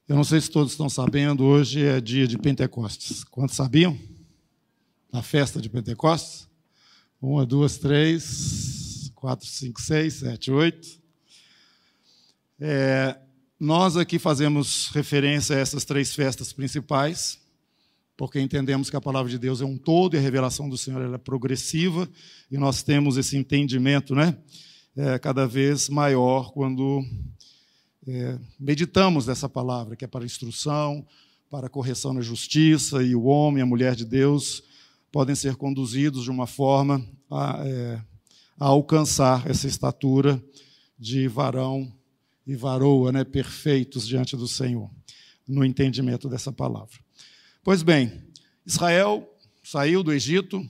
Eu não sei se todos estão sabendo, hoje é dia de Pentecostes. Quantos sabiam? A festa de Pentecostes? 1, 2, 3, 4, 5, 6, 7, 8. Nós aqui fazemos referência a essas 3 festas principais, porque entendemos que a palavra de Deus é um todo e a revelação do Senhor ela é progressiva, e nós temos esse entendimento, né, cada vez maior quando meditamos dessa palavra, que é para instrução, para correção na justiça, e o homem, a mulher de Deus, podem ser conduzidos de uma forma a alcançar essa estatura de varão e varoa, né, perfeitos diante do Senhor, no entendimento dessa palavra. Pois bem, Israel saiu do Egito,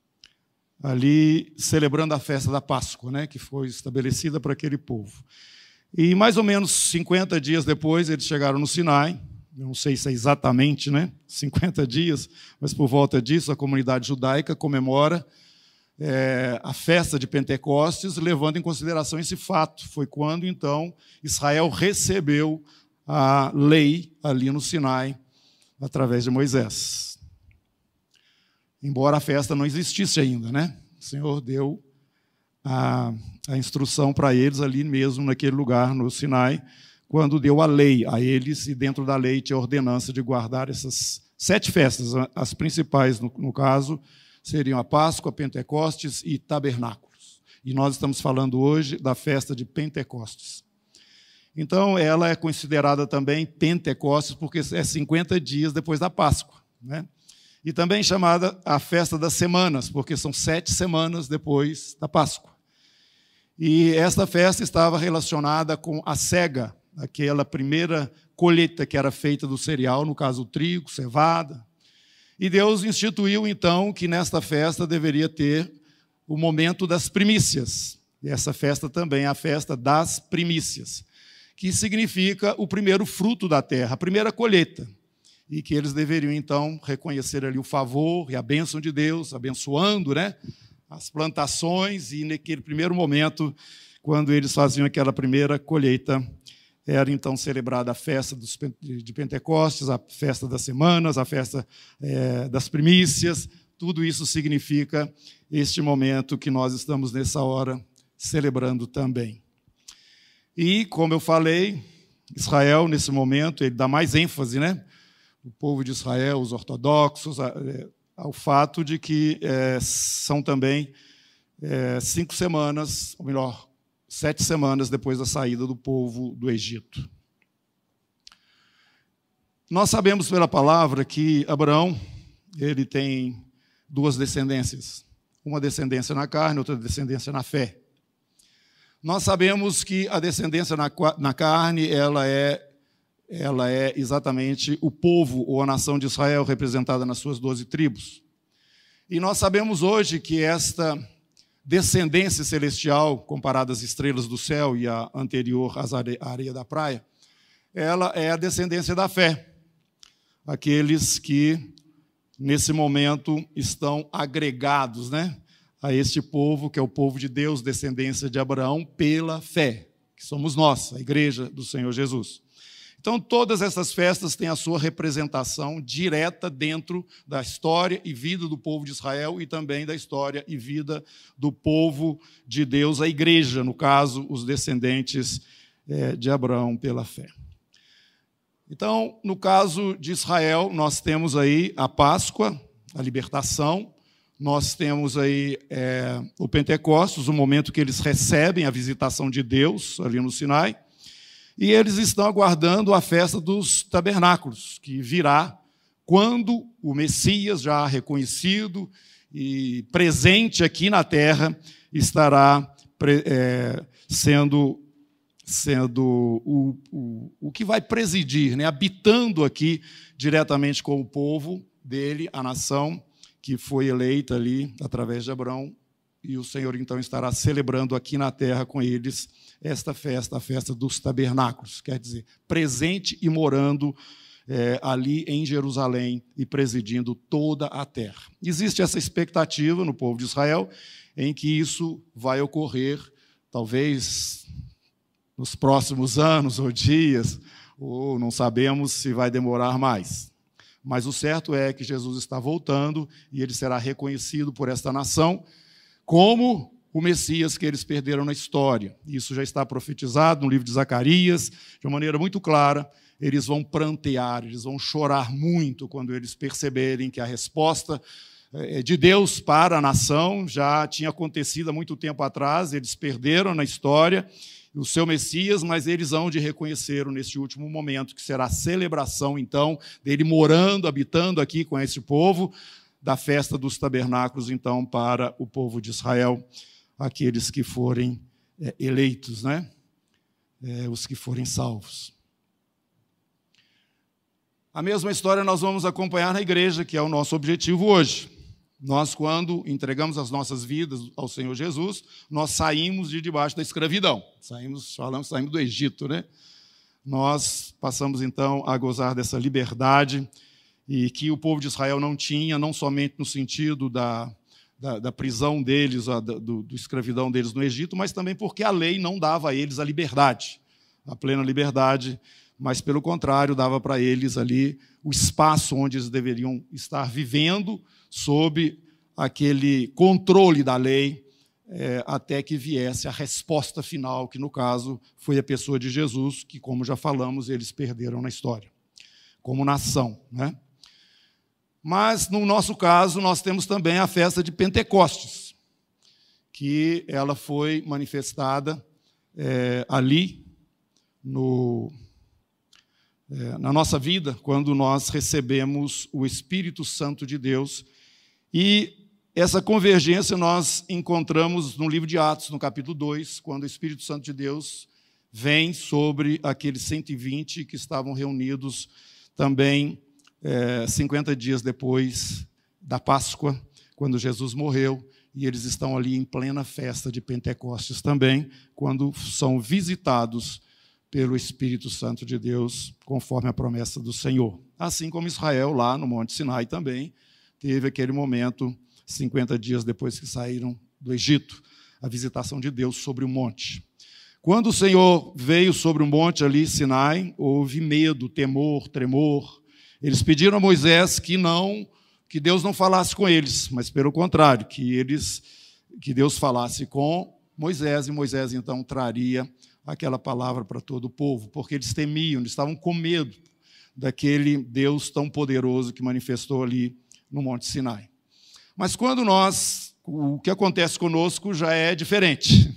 ali celebrando a festa da Páscoa, né, que foi estabelecida para aquele povo. E mais ou menos 50 dias depois, eles chegaram no Sinai. Não sei se é exatamente, né, 50 dias, mas por volta disso a comunidade judaica comemora a festa de Pentecostes, levando em consideração esse fato. Foi quando, então, Israel recebeu a lei ali no Sinai, através de Moisés. Embora a festa não existisse ainda, né? O Senhor deu a instrução para eles ali mesmo, naquele lugar, no Sinai, quando deu a lei a eles, e dentro da lei tinha a ordenança de guardar essas 7 festas. As principais, no caso, seriam a Páscoa, Pentecostes e Tabernáculos. E nós estamos falando hoje da festa de Pentecostes. Então, ela é considerada também Pentecostes, porque é 50 dias depois da Páscoa, né? E também chamada a festa das semanas, porque são 7 semanas depois da Páscoa. E esta festa estava relacionada com a sega, aquela primeira colheita que era feita do cereal, no caso o trigo, cevada. E Deus instituiu, então, que nesta festa deveria ter o momento das primícias. E essa festa também é a festa das primícias, que significa o primeiro fruto da terra, a primeira colheita. E que eles deveriam, então, reconhecer ali o favor e a bênção de Deus, abençoando, né, as plantações, e naquele primeiro momento, quando eles faziam aquela primeira colheita, era então celebrada a festa de Pentecostes, a festa das semanas, a festa das primícias. Tudo isso significa este momento que nós estamos nessa hora celebrando também. E, como eu falei, Israel, nesse momento, ele dá mais ênfase, né? O povo de Israel, os ortodoxos, ao fato de que são também 5 semanas, ou melhor, 7 semanas depois da saída do povo do Egito. Nós sabemos pela palavra que Abraão, ele tem 2 descendências. Uma descendência na carne, outra descendência na fé. Nós sabemos que a descendência na carne, ela é exatamente o povo ou a nação de Israel, representada nas suas 12 tribos. E nós sabemos hoje que esta descendência celestial, comparada às estrelas do céu e a anterior à areia da praia, ela é a descendência da fé. Aqueles que, nesse momento, estão agregados, né, a este povo, que é o povo de Deus, descendência de Abraão, pela fé, que somos nós, a igreja do Senhor Jesus. Então, todas essas festas têm a sua representação direta dentro da história e vida do povo de Israel e também da história e vida do povo de Deus, a igreja, no caso, os descendentes de Abraão pela fé. Então, no caso de Israel, nós temos aí a Páscoa, a libertação, nós temos aí o Pentecostes, o momento que eles recebem a visitação de Deus ali no Sinai, e eles estão aguardando a festa dos tabernáculos, que virá quando o Messias, já reconhecido e presente aqui na terra, estará sendo o que vai presidir, né, habitando aqui diretamente com o povo dele, a nação que foi eleita ali através de Abraão, e o Senhor então estará celebrando aqui na terra com eles esta festa, a festa dos tabernáculos, quer dizer, presente e morando ali em Jerusalém e presidindo toda a terra. Existe essa expectativa no povo de Israel em que isso vai ocorrer, talvez nos próximos anos ou dias, ou não sabemos se vai demorar mais. Mas o certo é que Jesus está voltando e ele será reconhecido por esta nação como o Messias que eles perderam na história. Isso já está profetizado no livro de Zacarias, de uma maneira muito clara. Eles vão prantear, eles vão chorar muito quando eles perceberem que a resposta de Deus para a nação já tinha acontecido há muito tempo atrás, eles perderam na história o seu Messias, mas eles hão de reconhecê-lo neste último momento, que será a celebração, então, dele morando, habitando aqui com esse povo, da festa dos tabernáculos, então, para o povo de Israel, aqueles que forem eleitos, né? Os que forem salvos. A mesma história nós vamos acompanhar na igreja, que é o nosso objetivo hoje. Nós, quando entregamos as nossas vidas ao Senhor Jesus, nós saímos de debaixo da escravidão. Saímos do Egito, né? Nós passamos, então, a gozar dessa liberdade e que o povo de Israel não tinha, não somente no sentido da prisão deles, do escravidão deles no Egito, mas também porque a lei não dava a eles a liberdade, a plena liberdade, mas, pelo contrário, dava para eles ali o espaço onde eles deveriam estar vivendo sob aquele controle da lei, até que viesse a resposta final, que, no caso, foi a pessoa de Jesus, que, como já falamos, eles perderam na história, como nação, né? Mas, no nosso caso, nós temos também a festa de Pentecostes, que ela foi manifestada ali na nossa vida, quando nós recebemos o Espírito Santo de Deus. E essa convergência nós encontramos no livro de Atos, no capítulo 2, quando o Espírito Santo de Deus vem sobre aqueles 120 que estavam reunidos também 50 dias depois da Páscoa, quando Jesus morreu, e eles estão ali em plena festa de Pentecostes também, quando são visitados pelo Espírito Santo de Deus, conforme a promessa do Senhor. Assim como Israel, lá no Monte Sinai também, teve aquele momento, 50 dias depois que saíram do Egito, a visitação de Deus sobre o monte. Quando o Senhor veio sobre o monte ali, Sinai, houve medo, temor, tremor. Eles pediram a Moisés que Deus não falasse com eles, mas, pelo contrário, que Deus falasse com Moisés, e Moisés, então, traria aquela palavra para todo o povo, porque eles temiam, eles estavam com medo daquele Deus tão poderoso que manifestou ali no Monte Sinai. Mas quando o que acontece conosco já é diferente.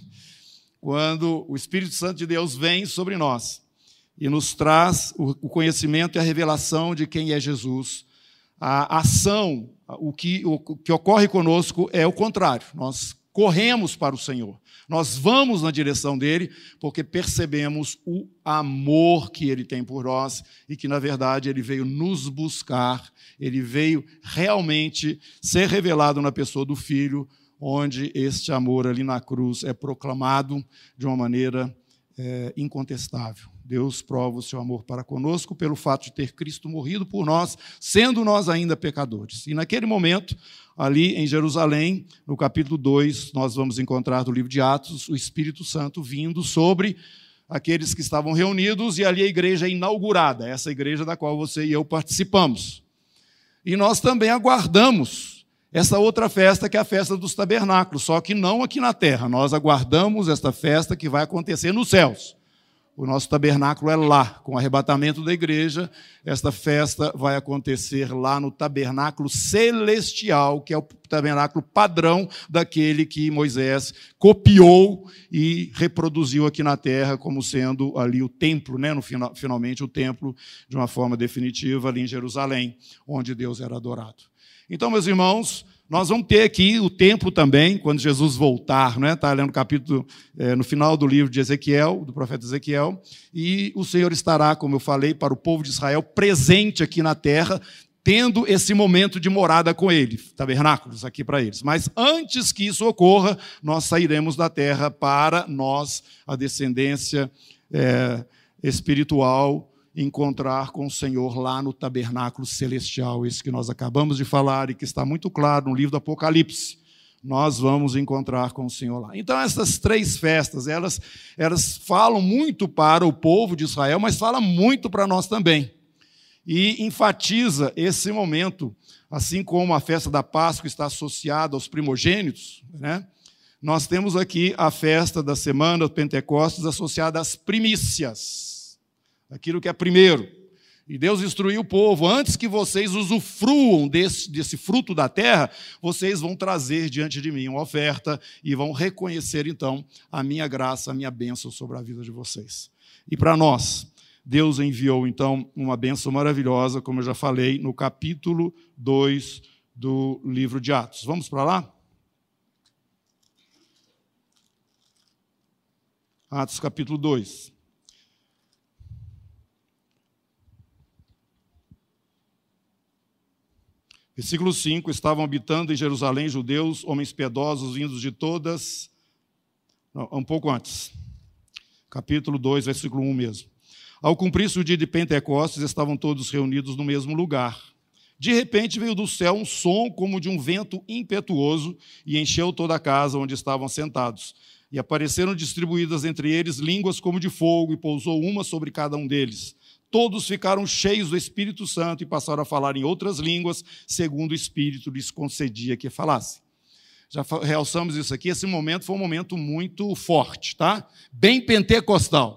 Quando o Espírito Santo de Deus vem sobre nós e nos traz o conhecimento e a revelação de quem é Jesus, a ação, o que ocorre conosco é o contrário. Nós corremos para o Senhor. Nós vamos na direção dele porque percebemos o amor que ele tem por nós e que, na verdade, ele veio nos buscar, ele veio realmente ser revelado na pessoa do Filho, onde este amor ali na cruz é proclamado de uma maneira incontestável. Deus prova o seu amor para conosco pelo fato de ter Cristo morrido por nós, sendo nós ainda pecadores. E naquele momento, ali em Jerusalém, no capítulo 2, nós vamos encontrar no livro de Atos o Espírito Santo vindo sobre aqueles que estavam reunidos, e ali a igreja é inaugurada, essa igreja da qual você e eu participamos. E nós também aguardamos essa outra festa, que é a festa dos tabernáculos, só que não aqui na terra. Nós aguardamos esta festa que vai acontecer nos céus. O nosso tabernáculo é lá, com o arrebatamento da igreja. Esta festa vai acontecer lá no tabernáculo celestial, que é o tabernáculo padrão daquele que Moisés copiou e reproduziu aqui na terra, como sendo ali o templo, né? Finalmente o templo, de uma forma definitiva, ali em Jerusalém, onde Deus era adorado. Então, meus irmãos, nós vamos ter aqui o templo também, quando Jesus voltar, né? Está lendo o capítulo, no final do livro de Ezequiel, do profeta Ezequiel, e o Senhor estará, como eu falei, para o povo de Israel, presente aqui na terra, tendo esse momento de morada com ele, tabernáculos aqui para eles. Mas antes que isso ocorra, nós sairemos da terra para nós, a descendência espiritual, encontrar com o Senhor lá no tabernáculo celestial, esse que nós acabamos de falar e que está muito claro no livro do Apocalipse, nós vamos encontrar com o Senhor lá. Então, essas 3 festas, elas falam muito para o povo de Israel, mas falam muito para nós também. E enfatiza esse momento, assim como a festa da Páscoa está associada aos primogênitos, né? Nós temos aqui a festa da semana de Pentecostes associada às primícias, aquilo que é primeiro. E Deus instruiu o povo, antes que vocês usufruam desse fruto da terra, vocês vão trazer diante de mim uma oferta e vão reconhecer, então, a minha graça, a minha bênção sobre a vida de vocês. E para nós, Deus enviou, então, uma bênção maravilhosa, como eu já falei, no capítulo 2 do livro de Atos. Vamos para lá? Atos capítulo 2. Versículo 5, estavam habitando em Jerusalém judeus, homens piedosos, vindos de todas... Não, um pouco antes. Capítulo 2, versículo 1 mesmo. Ao cumprir-se o dia de Pentecostes, estavam todos reunidos no mesmo lugar. De repente veio do céu um som como de um vento impetuoso e encheu toda a casa onde estavam sentados. E apareceram distribuídas entre eles línguas como de fogo, e pousou uma sobre cada um deles. Todos ficaram cheios do Espírito Santo e passaram a falar em outras línguas, segundo o Espírito lhes concedia que falassem. Já realçamos isso aqui, esse momento foi um momento muito forte, tá? Bem pentecostal.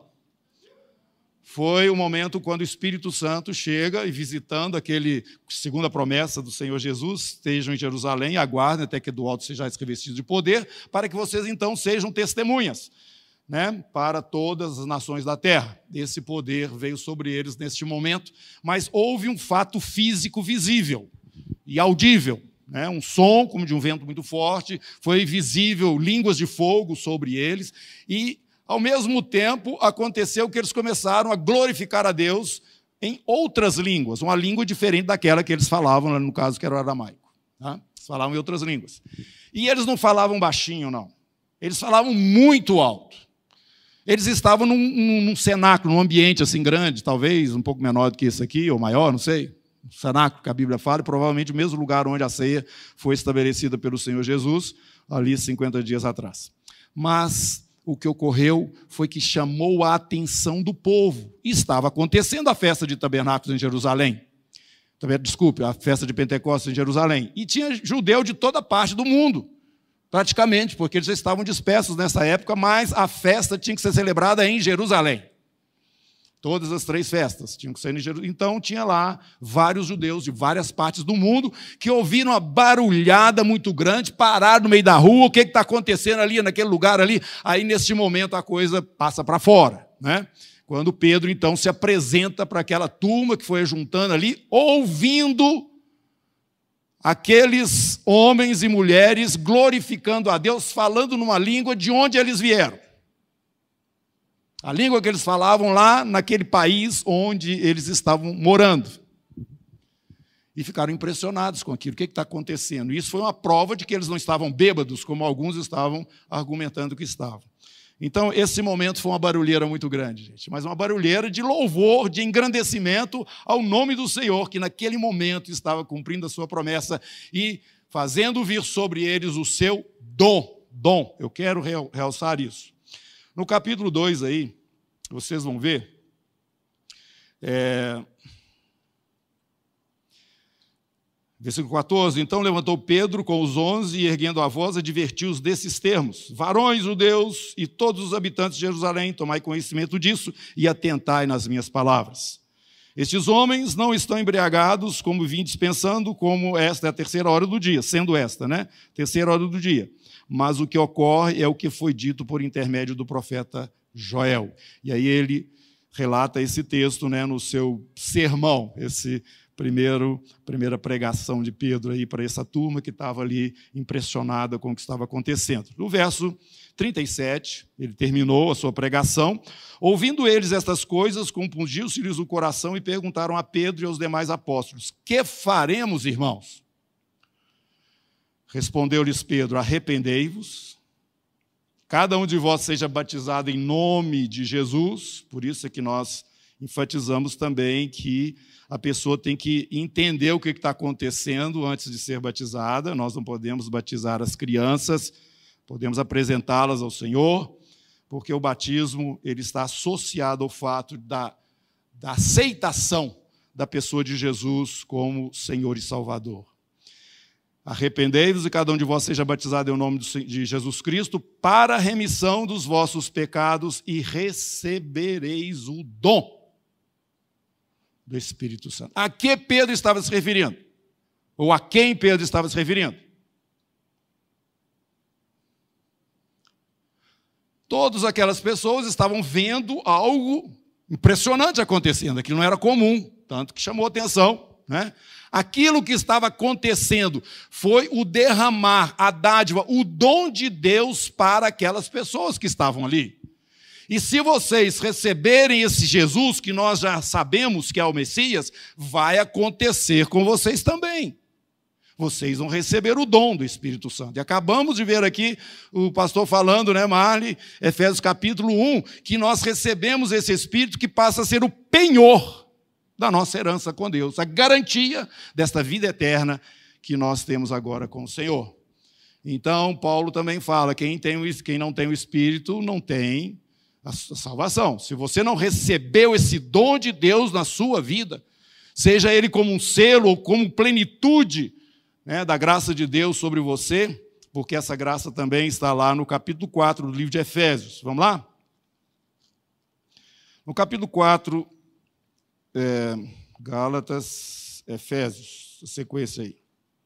Foi o momento quando o Espírito Santo chega e visitando aquele, segundo a promessa do Senhor Jesus, estejam em Jerusalém e aguardem até que do alto sejais revestidos de poder, para que vocês então sejam testemunhas, né, para todas as nações da terra. Esse poder veio sobre eles neste momento, mas houve um fato físico visível e audível, né, um som como de um vento muito forte, foi visível línguas de fogo sobre eles e, ao mesmo tempo, aconteceu que eles começaram a glorificar a Deus em outras línguas, uma língua diferente daquela que eles falavam, no caso que era o aramaico. Tá? Eles falavam em outras línguas. E eles não falavam baixinho, não. Eles falavam muito alto. Eles estavam num cenáculo, num ambiente assim grande, talvez um pouco menor do que esse aqui, ou maior, não sei. O cenáculo que a Bíblia fala, e provavelmente o mesmo lugar onde a ceia foi estabelecida pelo Senhor Jesus, ali 50 dias atrás. Mas o que ocorreu foi que chamou a atenção do povo. Estava acontecendo a festa de tabernáculos em Jerusalém. Desculpe, a festa de Pentecostes em Jerusalém. E tinha judeu de toda parte do mundo, praticamente, porque eles já estavam dispersos nessa época, mas a festa tinha que ser celebrada em Jerusalém. Todas as 3 festas tinham que ser em Jerusalém. Então, tinha lá vários judeus de várias partes do mundo que ouviram uma barulhada muito grande, pararam no meio da rua, o que está acontecendo ali, naquele lugar ali? Aí, neste momento, a coisa passa para fora, né? Quando Pedro, então, se apresenta para aquela turma que foi juntando ali, ouvindo aqueles homens e mulheres glorificando a Deus, falando numa língua de onde eles vieram. A língua que eles falavam lá naquele país onde eles estavam morando. E ficaram impressionados com aquilo. O que está acontecendo? Isso foi uma prova de que eles não estavam bêbados, como alguns estavam argumentando que estavam. Então, esse momento foi uma barulheira muito grande, gente. Mas uma barulheira de louvor, de engrandecimento ao nome do Senhor, que naquele momento estava cumprindo a sua promessa e fazendo vir sobre eles o seu dom. Eu quero realçar isso. No capítulo 2 aí, vocês vão ver, versículo 14, então levantou Pedro com os 11 e, erguendo a voz, advertiu-os desses termos: varões judeus e todos os habitantes de Jerusalém, tomai conhecimento disso e atentai nas minhas palavras. Estes homens não estão embriagados, como vim dispensando, como esta é a 3ª hora do dia, sendo esta, né? 3ª hora do dia. Mas o que ocorre é o que foi dito por intermédio do profeta Joel. E aí ele relata esse texto, né, no seu sermão, esse primeira pregação de Pedro aí para essa turma que estava ali impressionada com o que estava acontecendo. No verso 37, ele terminou a sua pregação. Ouvindo eles estas coisas, compungiu-se-lhes o coração e perguntaram a Pedro e aos demais apóstolos: que faremos, irmãos? Respondeu-lhes Pedro: arrependei-vos, cada um de vós seja batizado em nome de Jesus. Por isso é que nós enfatizamos também que a pessoa tem que entender o que está acontecendo antes de ser batizada. Nós não podemos batizar as crianças, podemos apresentá-las ao Senhor, porque o batismo ele está associado ao fato da aceitação da pessoa de Jesus como Senhor e Salvador. Arrependei-vos e cada um de vós seja batizado em nome de Jesus Cristo para a remissão dos vossos pecados e recebereis o dom do Espírito Santo. A que Pedro estava se referindo? Ou a quem Pedro estava se referindo? Todas aquelas pessoas estavam vendo algo impressionante acontecendo. Aquilo não era comum, tanto que chamou atenção, né? Aquilo que estava acontecendo foi o derramar, a dádiva, o dom de Deus para aquelas pessoas que estavam ali. E se vocês receberem esse Jesus, que nós já sabemos que é o Messias, vai acontecer com vocês também. Vocês vão receber o dom do Espírito Santo. E acabamos de ver aqui o pastor falando, né, Marli, Efésios capítulo 1, que nós recebemos esse Espírito que passa a ser o penhor da nossa herança com Deus, a garantia desta vida eterna que nós temos agora com o Senhor. Então, Paulo também fala, quem não tem o Espírito não tem a salvação. Se você não recebeu esse dom de Deus na sua vida, seja ele como um selo ou como plenitude, né, da graça de Deus sobre você, porque essa graça também está lá no capítulo 4 do livro de Efésios. Vamos lá? No capítulo 4, Gálatas, Efésios, a sequência aí.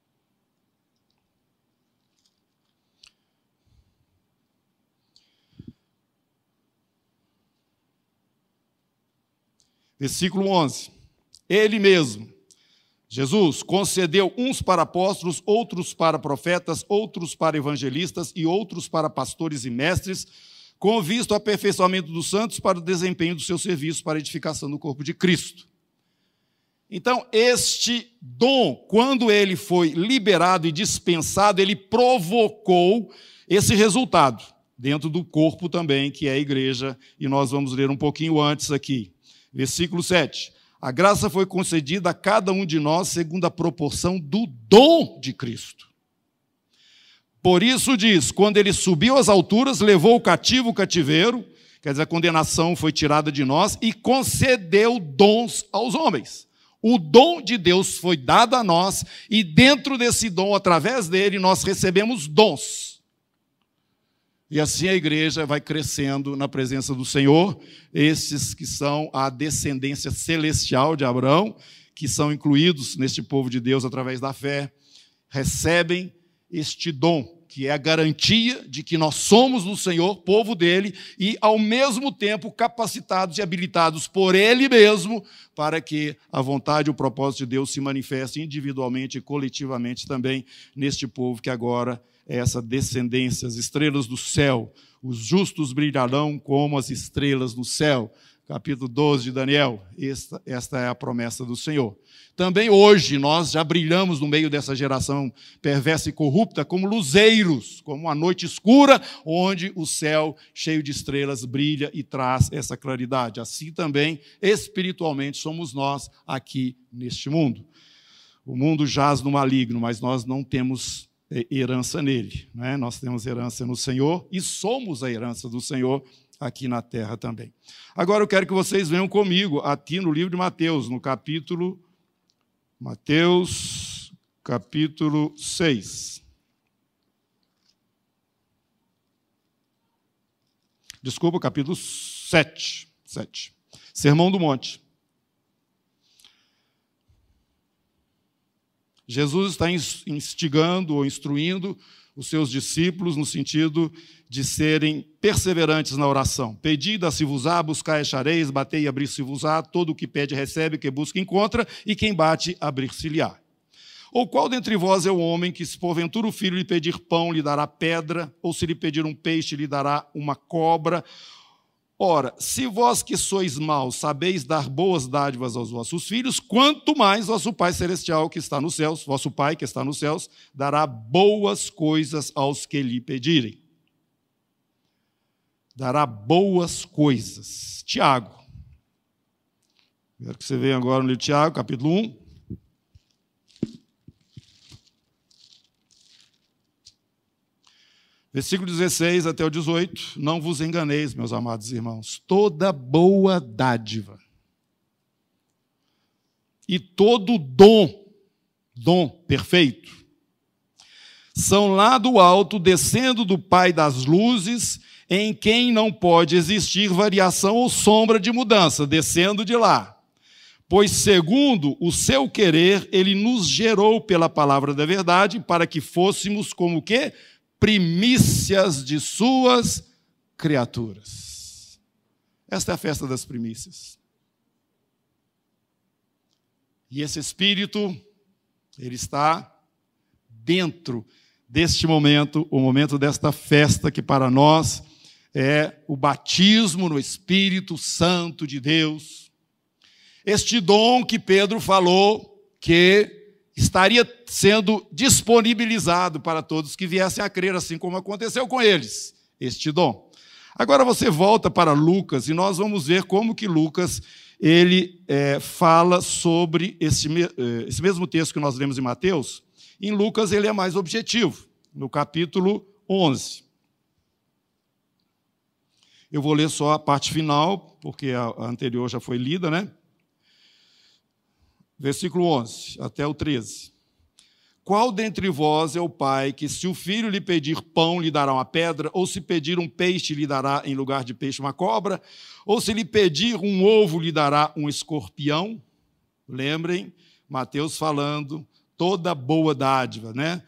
Versículo 11. Ele mesmo, Jesus, concedeu uns para apóstolos, outros para profetas, outros para evangelistas e outros para pastores e mestres, com vista ao aperfeiçoamento dos santos para o desempenho do seu serviço para a edificação do corpo de Cristo. Então, este dom, quando ele foi liberado e dispensado, ele provocou esse resultado dentro do corpo também, que é a igreja, e nós vamos ler um pouquinho antes aqui. Versículo 7. A graça foi concedida a cada um de nós segundo a proporção do dom de Cristo. Por isso diz, quando ele subiu às alturas, levou o cativo o cativeiro, quer dizer, a condenação foi tirada de nós, e concedeu dons aos homens. O dom de Deus foi dado a nós, e dentro desse dom, através dele, nós recebemos dons. E assim a igreja vai crescendo na presença do Senhor, esses que são a descendência celestial de Abraão, que são incluídos neste povo de Deus através da fé, recebem este dom, que é a garantia de que nós somos no Senhor, povo dele, e ao mesmo tempo capacitados e habilitados por ele mesmo, para que a vontade e o propósito de Deus se manifestem individualmente e coletivamente também neste povo que agora é essa descendência, as estrelas do céu. Os justos brilharão como as estrelas no céu. Capítulo 12 de Daniel, esta é a promessa do Senhor. Também hoje nós já brilhamos no meio dessa geração perversa e corrupta como luzeiros, como uma noite escura, onde o céu cheio de estrelas brilha e traz essa claridade. Assim também, espiritualmente, somos nós aqui neste mundo. O mundo jaz no maligno, mas nós não temos herança nele, né? Nós temos herança no Senhor e somos a herança do Senhor aqui na terra também. Agora eu quero que vocês venham comigo aqui no livro de Mateus, no capítulo 6. Desculpa, capítulo 7. Sermão do Monte. Jesus está instigando ou instruindo os seus discípulos no sentido de serem perseverantes na oração. Pedi, dá-se-vos-á, buscai, achareis, batei e abrir-se-vos-á, todo o que pede recebe, o que busca encontra, e quem bate, abrir-se-lhe-á. Ou qual dentre vós é o homem que, se porventura o filho lhe pedir pão, lhe dará pedra, ou se lhe pedir um peixe, lhe dará uma cobra? Ora, se vós que sois maus sabeis dar boas dádivas aos vossos filhos, quanto mais vosso Pai Celestial que está nos céus, vosso Pai que está nos céus, dará boas coisas aos que lhe pedirem. Dará boas coisas. Tiago, Quero que você venha agora no livro de Tiago, capítulo 1. Versículo 16 até o 18. Não vos enganeis, meus amados irmãos. Toda boa dádiva e todo dom perfeito, são lá do alto, descendo do Pai das luzes, em quem não pode existir variação ou sombra de mudança, descendo de lá. Pois, segundo o seu querer, ele nos gerou pela palavra da verdade, para que fôssemos como o quê? Primícias de suas criaturas. Esta é a festa das primícias. E esse Espírito, ele está dentro deste momento, o momento desta festa que para nós é o batismo no Espírito Santo de Deus. Este dom que Pedro falou que estaria sendo disponibilizado para todos que viessem a crer, assim como aconteceu com eles, este dom. Agora você volta para Lucas e nós vamos ver como que Lucas ele fala sobre esse mesmo texto que nós lemos em Mateus. Em Lucas ele é mais objetivo, no capítulo 11. Eu vou ler só a parte final, porque a anterior já foi lida, né? Versículo 11 até o 13. Qual dentre vós é o pai que, se o filho lhe pedir pão, lhe dará uma pedra? Ou se pedir um peixe, lhe dará em lugar de peixe uma cobra? Ou se lhe pedir um ovo, lhe dará um escorpião? Lembrem, Mateus falando, toda boa dádiva, né?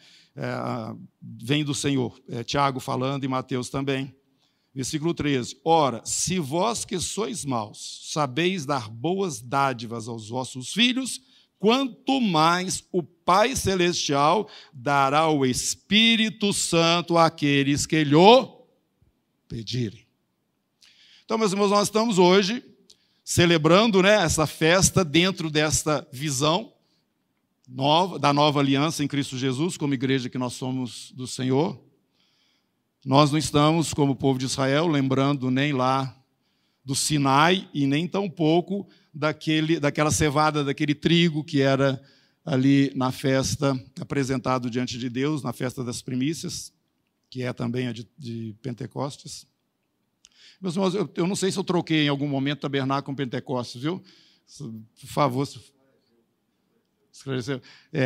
Vem do Senhor. Tiago falando e Mateus também. Versículo 13. Ora, se vós que sois maus, sabeis dar boas dádivas aos vossos filhos, quanto mais o Pai Celestial dará o Espírito Santo àqueles que lhe pedirem. Então, meus irmãos, nós estamos hoje celebrando, né, essa festa dentro desta visão da nova aliança em Cristo Jesus, como igreja que nós somos do Senhor. Nós não estamos, como o povo de Israel, lembrando nem lá do Sinai e nem tampouco daquela cevada, daquele trigo que era ali na festa apresentado diante de Deus, na festa das primícias, que é também a de Pentecostes. Meus irmãos, eu não sei se eu troquei em algum momento tabernáculo com Pentecostes, viu? Por favor, esclarecer.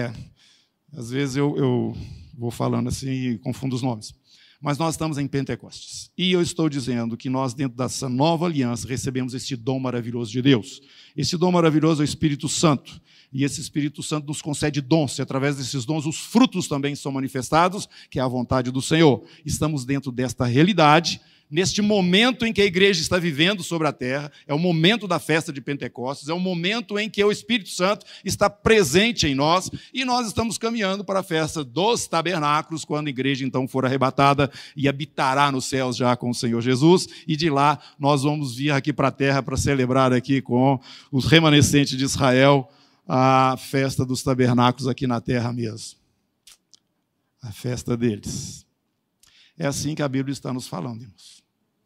Às vezes eu vou falando assim e confundo os nomes. Mas nós estamos em Pentecostes. E eu estou dizendo que nós, dentro dessa nova aliança, recebemos este dom maravilhoso de Deus. Esse dom maravilhoso é o Espírito Santo. E esse Espírito Santo nos concede dons. E através desses dons, os frutos também são manifestados, que é a vontade do Senhor. Estamos dentro desta realidade, neste momento em que a igreja está vivendo sobre a terra. É o momento da festa de Pentecostes. É o momento em que o Espírito Santo está presente em nós. E nós estamos caminhando para a festa dos tabernáculos, quando a igreja então for arrebatada e habitará nos céus já com o Senhor Jesus. E de lá nós vamos vir aqui para a terra para celebrar aqui com os remanescentes de Israel a festa dos tabernáculos aqui na terra mesmo. A festa deles. É assim que a Bíblia está nos falando, irmãos.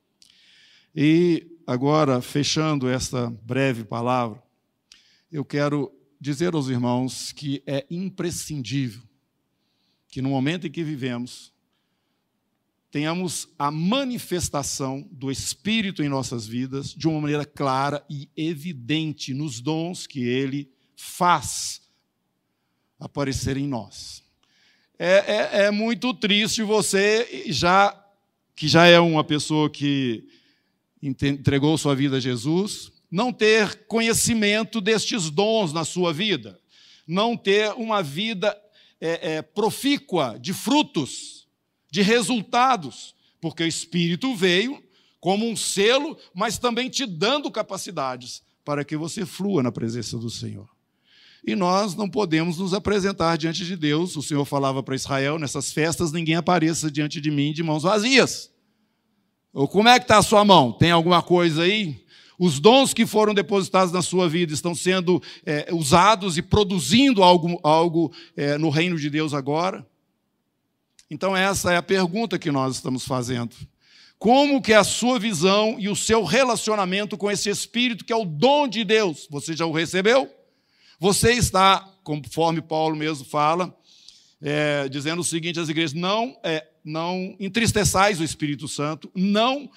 E agora, fechando esta breve palavra, eu quero dizer aos irmãos que é imprescindível que no momento em que vivemos, tenhamos a manifestação do Espírito em nossas vidas de uma maneira clara e evidente nos dons que Ele faz aparecer em nós. É muito triste você, que já é uma pessoa que entregou sua vida a Jesus, não ter conhecimento destes dons na sua vida, não ter uma vida profícua de frutos, de resultados, porque o Espírito veio como um selo, mas também te dando capacidades para que você flua na presença do Senhor. E nós não podemos nos apresentar diante de Deus. O Senhor falava para Israel, nessas festas ninguém apareça diante de mim de mãos vazias. Ou como é que está a sua mão? Tem alguma coisa aí? Os dons que foram depositados na sua vida estão sendo usados e produzindo algo no reino de Deus agora? Então essa é a pergunta que nós estamos fazendo. como que é a sua visão e o seu relacionamento com esse Espírito, que é o dom de Deus. Você já o recebeu? Você está, conforme Paulo mesmo fala, dizendo o seguinte às igrejas: não entristeçais o Espírito Santo, não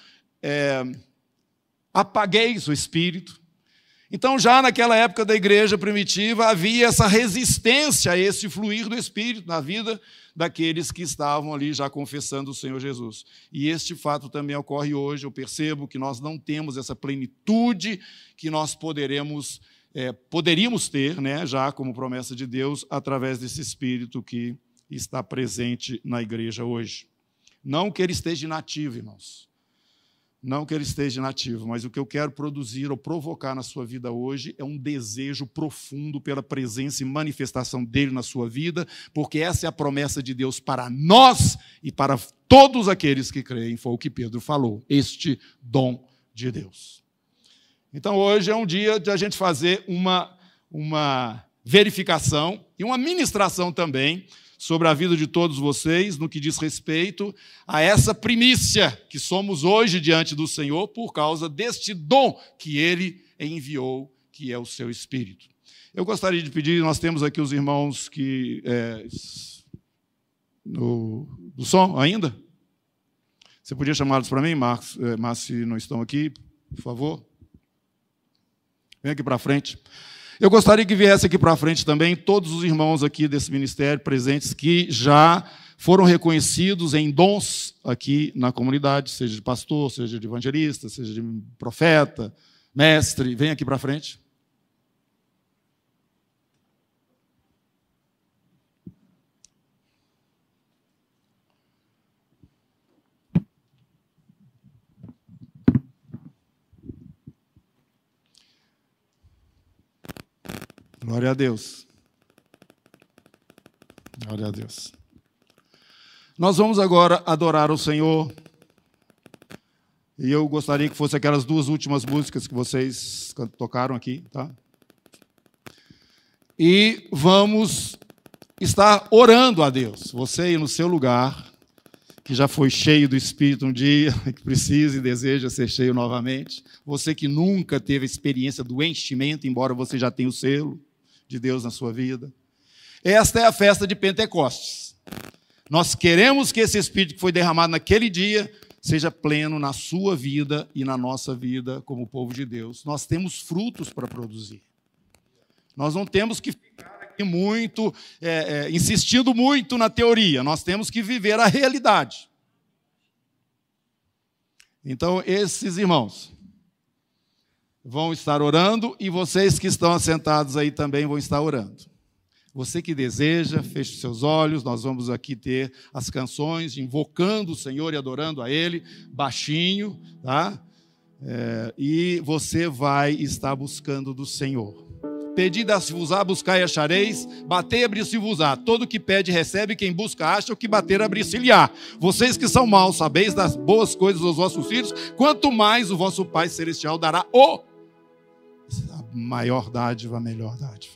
apagueis o Espírito. Então, já naquela época da igreja primitiva, havia essa resistência a esse fluir do Espírito na vida daqueles que estavam ali já confessando o Senhor Jesus. E este fato também ocorre hoje. Eu percebo que nós não temos essa plenitude que nós poderíamos ter, né, já como promessa de Deus, através desse Espírito que está presente na igreja hoje. Não que ele esteja inativo, irmãos. Não que ele esteja inativo, mas o que eu quero produzir ou provocar na sua vida hoje é um desejo profundo pela presença e manifestação dele na sua vida, porque essa é a promessa de Deus para nós e para todos aqueles que creem, foi o que Pedro falou, este dom de Deus. Então hoje é um dia de a gente fazer uma verificação e uma ministração também sobre a vida de todos vocês, no que diz respeito a essa primícia que somos hoje diante do Senhor, por causa deste dom que Ele enviou, que é o seu Espírito. Eu gostaria de pedir, nós temos aqui os irmãos que... do som ainda? Você podia chamá-los para mim, Marcos, mas se não estão aqui, por favor. Vem aqui para frente. Eu gostaria que viesse aqui para frente também todos os irmãos aqui desse ministério presentes que já foram reconhecidos em dons aqui na comunidade, seja de pastor, seja de evangelista, seja de profeta, mestre. Vem aqui para frente. Glória a Deus. Glória a Deus. Nós vamos agora adorar o Senhor. E eu gostaria que fossem aquelas duas últimas músicas que vocês tocaram aqui, tá? E vamos estar orando a Deus. Você aí no seu lugar, que já foi cheio do Espírito um dia, que precisa e deseja ser cheio novamente. Você que nunca teve a experiência do enchimento, embora você já tenha o selo de Deus na sua vida. Esta é a festa de Pentecostes. Nós queremos que esse Espírito que foi derramado naquele dia seja pleno na sua vida e na nossa vida como povo de Deus. Nós temos frutos para produzir. Nós não temos que ficar aqui muito, insistindo muito na teoria. Nós temos que viver a realidade. Então, esses irmãos vão estar orando e vocês que estão assentados aí também vão estar orando. Você que deseja, feche seus olhos, nós vamos aqui ter as canções invocando o Senhor e adorando a Ele, baixinho, tá? E você vai estar buscando do Senhor. Pedi, dá-se-vos-á, buscai e achareis, batei, abrir-se-vos-á. Todo que pede, recebe, quem busca, acha, o que bater, abrir-se-lhe-á. Vocês que são maus, sabeis das boas coisas aos vossos filhos, quanto mais o vosso Pai Celestial dará a maior dádiva, a melhor dádiva.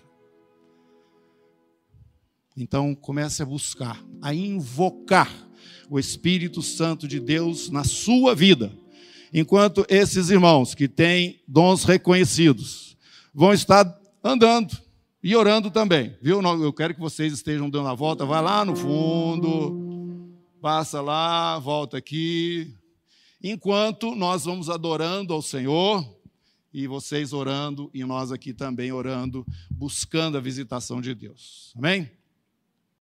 Então, comece a buscar, a invocar o Espírito Santo de Deus na sua vida. Enquanto esses irmãos que têm dons reconhecidos vão estar andando e orando também, viu? Eu quero que vocês estejam dando a volta, vai lá no fundo, passa lá, volta aqui. Enquanto nós vamos adorando ao Senhor, e vocês orando, e nós aqui também orando, buscando a visitação de Deus. Amém?